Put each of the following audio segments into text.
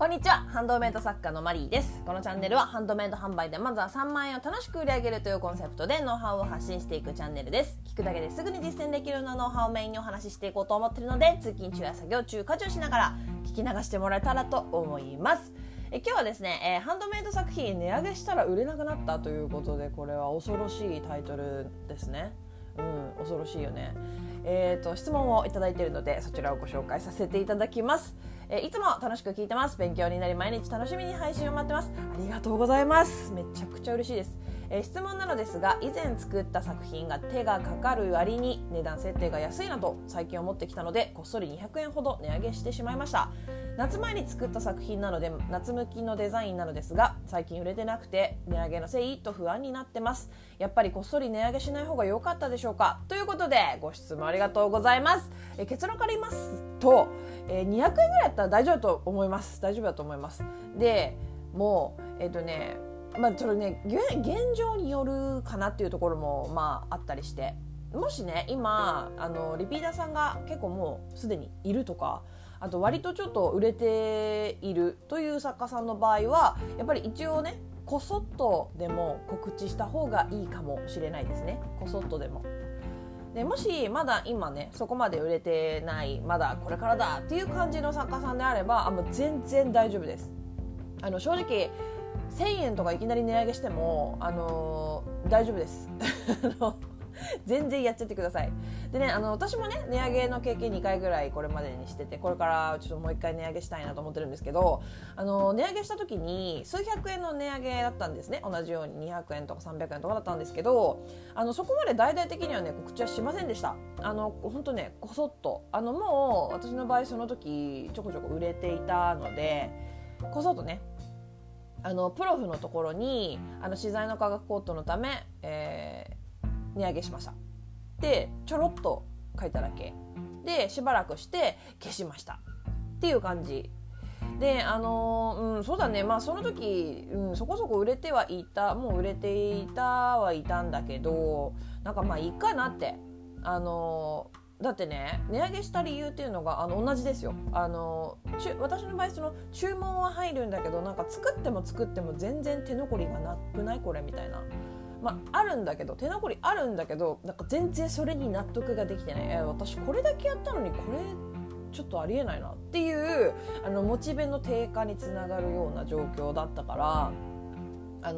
こんにちは、ハンドメイド作家のマリーです。このチャンネルはハンドメイド販売でまずは3万円を楽しく売り上げるというコンセプトでノウハウを発信していくチャンネルです。聞くだけですぐに実践できるようなノウハウをメインにお話ししていこうと思っているので、通勤中や作業中、家事をしながら聞き流してもらえたらと思います。今日はですね、ハンドメイド作品値上げしたら売れなくなったということで、これは恐ろしいタイトルですね。恐ろしいよね。質問をいただいているので、そちらをご紹介させていただきます。いつも楽しく聞いてます。勉強になり毎日楽しみに配信を待ってます。ありがとうございます。めちゃくちゃ嬉しいです。質問なのですが、以前作った作品が手がかかる割に値段設定が安いなと最近思ってきたので、こっそり200円ほど値上げしてしまいました。夏前に作った作品なので夏向きのデザインなのですが、最近売れてなくて値上げのせいと不安になってます。やっぱりこっそり値上げしない方が良かったでしょうか、ということでご質問ありがとうございます。結論から言いますと、200円ぐらいだったら大丈夫だと思います。でもうそれね、現状によるかなっていうところもあったりして、もしね今リピーターさんが結構もうすでにいるとか、あと割とちょっと売れているという作家さんの場合は、やっぱり一応ねこそっとでも告知した方がいいかもしれないですね。こそっとでも。でもしまだ今ねそこまで売れてない、まだこれからだっていう感じの作家さんであれば、もう全然大丈夫です。正直1000円とかいきなり値上げしても大丈夫です全然やっちゃってください。でね、私もね値上げの経験2回ぐらいこれまでにしてて、これからちょっともう1回値上げしたいなと思ってるんですけど、値上げした時に数百円の値上げだったんですね。同じように200円とか300円とかだったんですけど、そこまで大々的にはね告知はしませんでした。本当ねこそっともう私の場合その時ちょこちょこ売れていたので、こそっとねプロフのところに資材の価格高騰のため、値上げしましたでちょろっと書いただけで、しばらくして消しましたっていう感じで、そうだね、その時、そこそこ売れてはいた、もう売れていたはいたんだけど、なんかいいかなって、だってね値上げした理由っていうのが同じですよ。私の場合その注文は入るんだけど、なんか作っても全然手残りがなくないこれみたいな、あるんだけど、手残りあるんだけど、なんか全然それに納得ができてない。私これだけやったのにこれちょっとありえないなっていうモチベの低下につながるような状況だったから、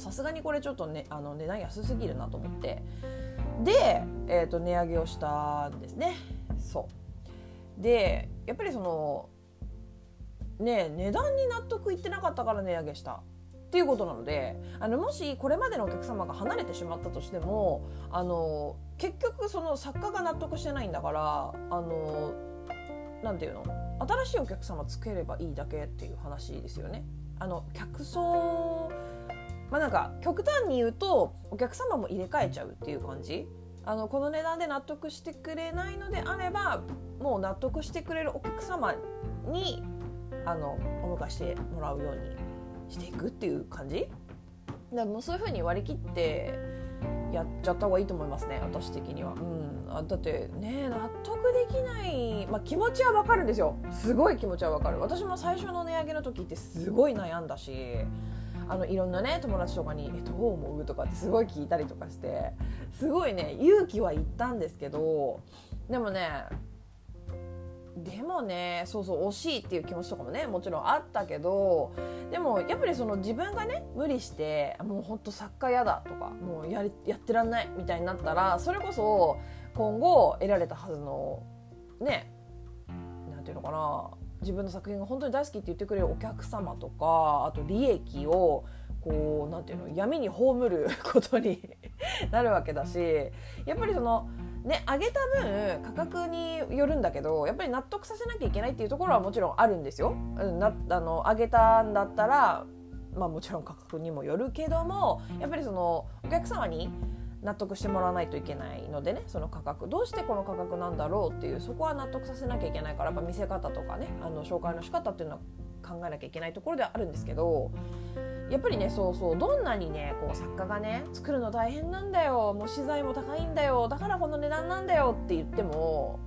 さすがにこれちょっとね値段安すぎるなと思ってで、値上げをしたんですね。そうでやっぱりそのね値段に納得いってなかったから値上げしたっていうことなので、もしこれまでのお客様が離れてしまったとしても結局その作家が納得してないんだからなんていうの、新しいお客様つければいいだけっていう話ですよね。客層なんか極端に言うとお客様も入れ替えちゃうっていう感じ。この値段で納得してくれないのであれば、もう納得してくれるお客様にお迎えしてもらうようにしていくっていう感じで、もうそういう風に割り切ってやっちゃった方がいいと思いますね、私的には。だってね納得できない、気持ちはわかるんですよ。すごい気持ちはわかる。私も最初の値上げの時ってすごい悩んだし、いろんなね友達とかにどう思うとかってすごい聞いたりとかして、すごいね勇気はいったんですけど、でもねそう惜しいっていう気持ちとかもねもちろんあったけど、でもやっぱりその自分がね無理してもうほんと作家やだとかもうやってらんないみたいになったら、それこそ今後得られたはずのねなんていうのかな、自分の作品が本当に大好きって言ってくれるお客様とか、あと利益をこうなんていうの闇に葬ることになるわけだし、やっぱりそのね上げた分価格によるんだけど、やっぱり納得させなきゃいけないっていうところはもちろんあるんですよ。上げたんだったらもちろん価格にもよるけども、やっぱりそのお客様に納得してもらわないといけないのでね、その価格どうしてこの価格なんだろうっていう、そこは納得させなきゃいけないから、やっぱ見せ方とかね紹介の仕方っていうのは考えなきゃいけないところではあるんですけど、やっぱりねどんなにねこう作家がね作るの大変なんだよ、もう資材も高いんだよ、だからこの値段なんだよって言っても、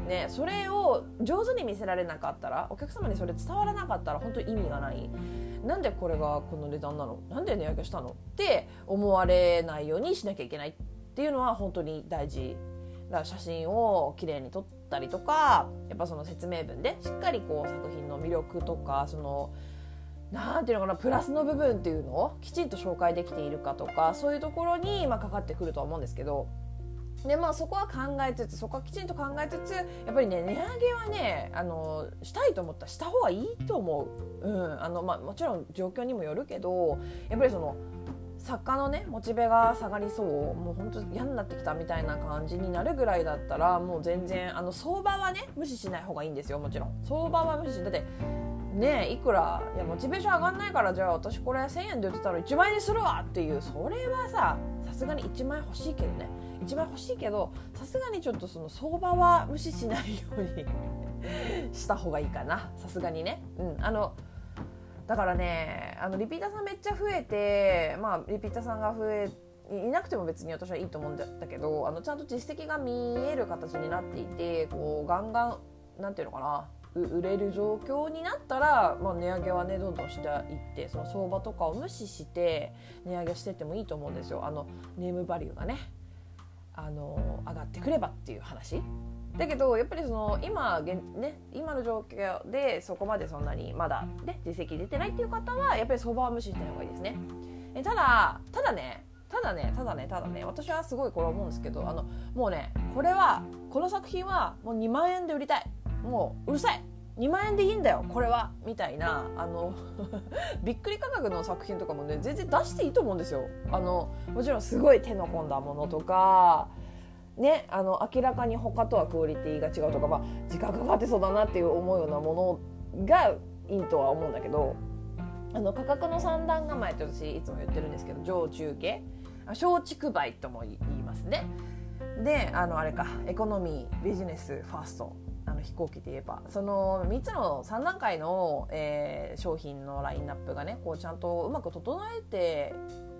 ね、それを上手に見せられなかったら、お客様にそれ伝わらなかったら本当に意味がない。なんでこれがこの値段なの、なんで値上げしたのって思われないようにしなきゃいけないっていうのは本当に大事だから、写真をきれいに撮ったりとか、やっぱその説明文でしっかりこう作品の魅力とか、そのなんていうのかな、プラスの部分っていうのをきちんと紹介できているかとか、そういうところにかかってくるとは思うんですけど、でそこは考えつつ、そこはきちんと考えつつ、やっぱりね、値上げはね、したいと思ったらした方がいいと思う。もちろん状況にもよるけど、やっぱりその作家のねモチベが下がりそう、もう本当嫌になってきたみたいな感じになるぐらいだったら、もう全然相場はね無視しない方がいいんですよ。もちろん相場は無視し、だってね、いくらモチベーション上がんないから、じゃあ私これ1000円で売ってたら1万円にするわっていう、それはさすがに1万円欲しいけどね、1万円欲しいけど、さすがにちょっとその相場は無視しないようにした方がいいかな、さすがにね。だからね、リピーターさんめっちゃ増えて、リピーターさんがいなくても別に私はいいと思うんだけど、ちゃんと実績が見える形になっていて、こうガンガンなんていうのかな、売れる状況になったら、値上げはねどんどんしていって、その相場とかを無視して値上げしてってもいいと思うんですよ。ネームバリューがね上がってくればっていう話だけど、やっぱりその今の状況でそこまでそんなにまだ、ね、実績出てないっていう方はやっぱり相場は無視しない方がいいですね。ただね私はすごいこれ思うんですけど、もうね、この作品はもう2万円で売りたい、もううるさい、2万円でいいんだよこれはみたいなびっくり価格の作品とかもね全然出していいと思うんですよ。もちろんすごい手の込んだものとかね、明らかに他とはクオリティが違うとか、時間かかってそうだなっていう思うようなものがいいとは思うんだけど、価格の3段構えって私いつも言ってるんですけど、上中下小畜梅とも言いますね。であれか、エコノミー、ビジネス、ファースト、飛行機で言えばその3つの3段階の、商品のラインナップがねこうちゃんとうまく整って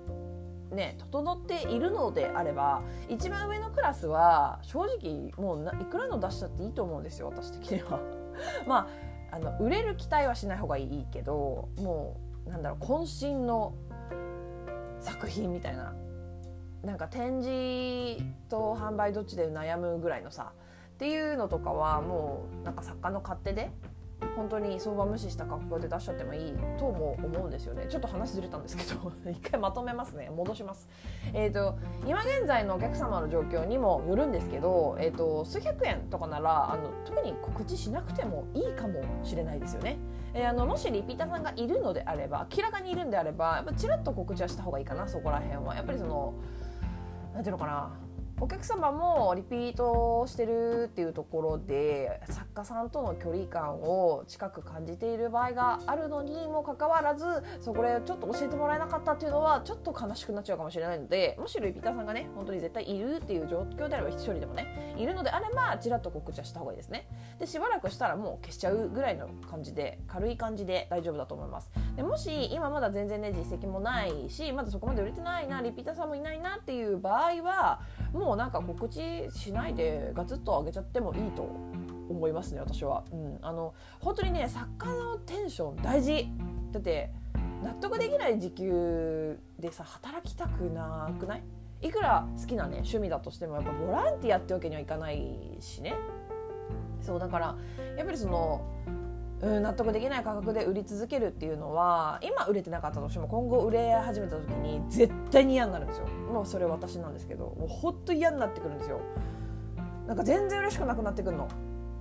いるのであれば、一番上のクラスは正直もういくらの出したっていいと思うんですよ、私的には売れる期待はしない方がいいけど、もう渾身の作品みたいな、展示と販売どっちで悩むぐらいのさっていうのとかは、もう作家の勝手で本当に相場無視した格好で出しちゃってもいいとも思うんですよね。ちょっと話ずれたんですけど一回まとめますね、戻します。今現在のお客様の状況にもよるんですけど、数百円とかなら特に告知しなくてもいいかもしれないですよね。もしリピーターさんがいるのであれば、明らかにいるんであれば、やっぱちらっと告知はした方がいいかな。そこら辺はやっぱりそのなんていうのかな、お客様もリピートしてるっていうところで作家さんとの距離感を近く感じている場合があるのにもかかわらず、そこでちょっと教えてもらえなかったっていうのはちょっと悲しくなっちゃうかもしれないので、もしリピーターさんがね本当に絶対いるっていう状況であれば、一人でもねいるのであればちらっと告知はした方がいいですね。でしばらくしたらもう消しちゃうぐらいの感じで、軽い感じで大丈夫だと思います。でもし今まだ全然ね実績もないし、まだそこまで売れてないな、リピーターさんもいないなっていう場合は、もう告知しないでガツッと上げちゃってもいいと思いますね、私は。本当にね、作家のテンション大事だって、納得できない時給でさ働きたくなくない？いくら好きなね趣味だとしてもやっぱボランティアってわけにはいかないしね。そうだからやっぱりその納得できない価格で売り続けるっていうのは、今売れてなかったとしても今後売れ始めた時に絶対に嫌になるんですよ。もうそれ私なんですけど、もうほんと嫌になってくるんですよ。全然嬉しくなくなってくるの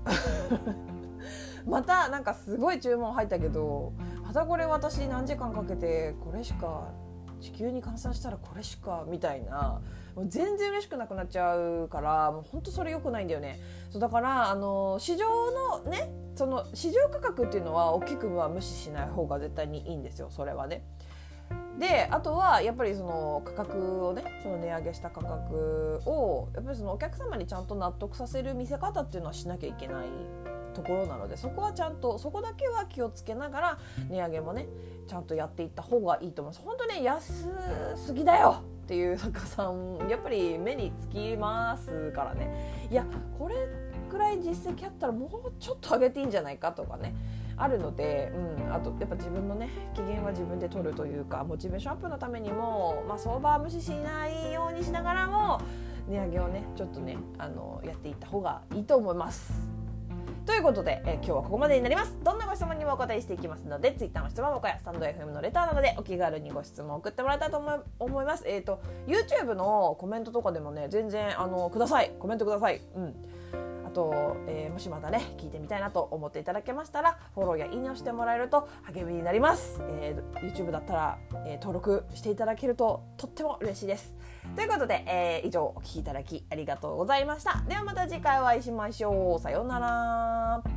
またすごい注文入ったけど、またこれ私何時間かけてこれしか時給に換算したらこれしかみたいな、もう全然嬉しくなくなっちゃうから、もう本当それ良くないんだよね。そうだから市場のね、その市場価格っていうのは大きくは無視しない方が絶対にいいんですよ、それはね。であとはやっぱりその価格をね、その値上げした価格をやっぱりそのお客様にちゃんと納得させる見せ方っていうのはしなきゃいけないところなので、そこはちゃんと、そこだけは気をつけながら値上げもねちゃんとやっていった方がいいと思います。本当ね、安すぎだよっていう作家さんやっぱり目につきますからね。いやこれくらい実績あったらもうちょっと上げていいんじゃないかとかねあるので、あとやっぱ自分のね機嫌は自分で取るというか、モチベーションアップのためにも、相場は無視しないようにしながらも値上げをねちょっとねやっていった方がいいと思います。ということで、今日はここまでになります。どんなご質問にもお答えしていきますので、Twitter の質問箱やスタンド FM のレターなどでお気軽にご質問を送ってもらえたらと思います。YouTube のコメントとかでもね全然ください、コメントください。あと、もしまたね聞いてみたいなと思っていただけましたらフォローやいいねをしてもらえると励みになります。YouTube だったら、登録していただけるととっても嬉しいです。ということで、以上お聞きいただきありがとうございました。ではまた次回お会いしましょう。さようなら。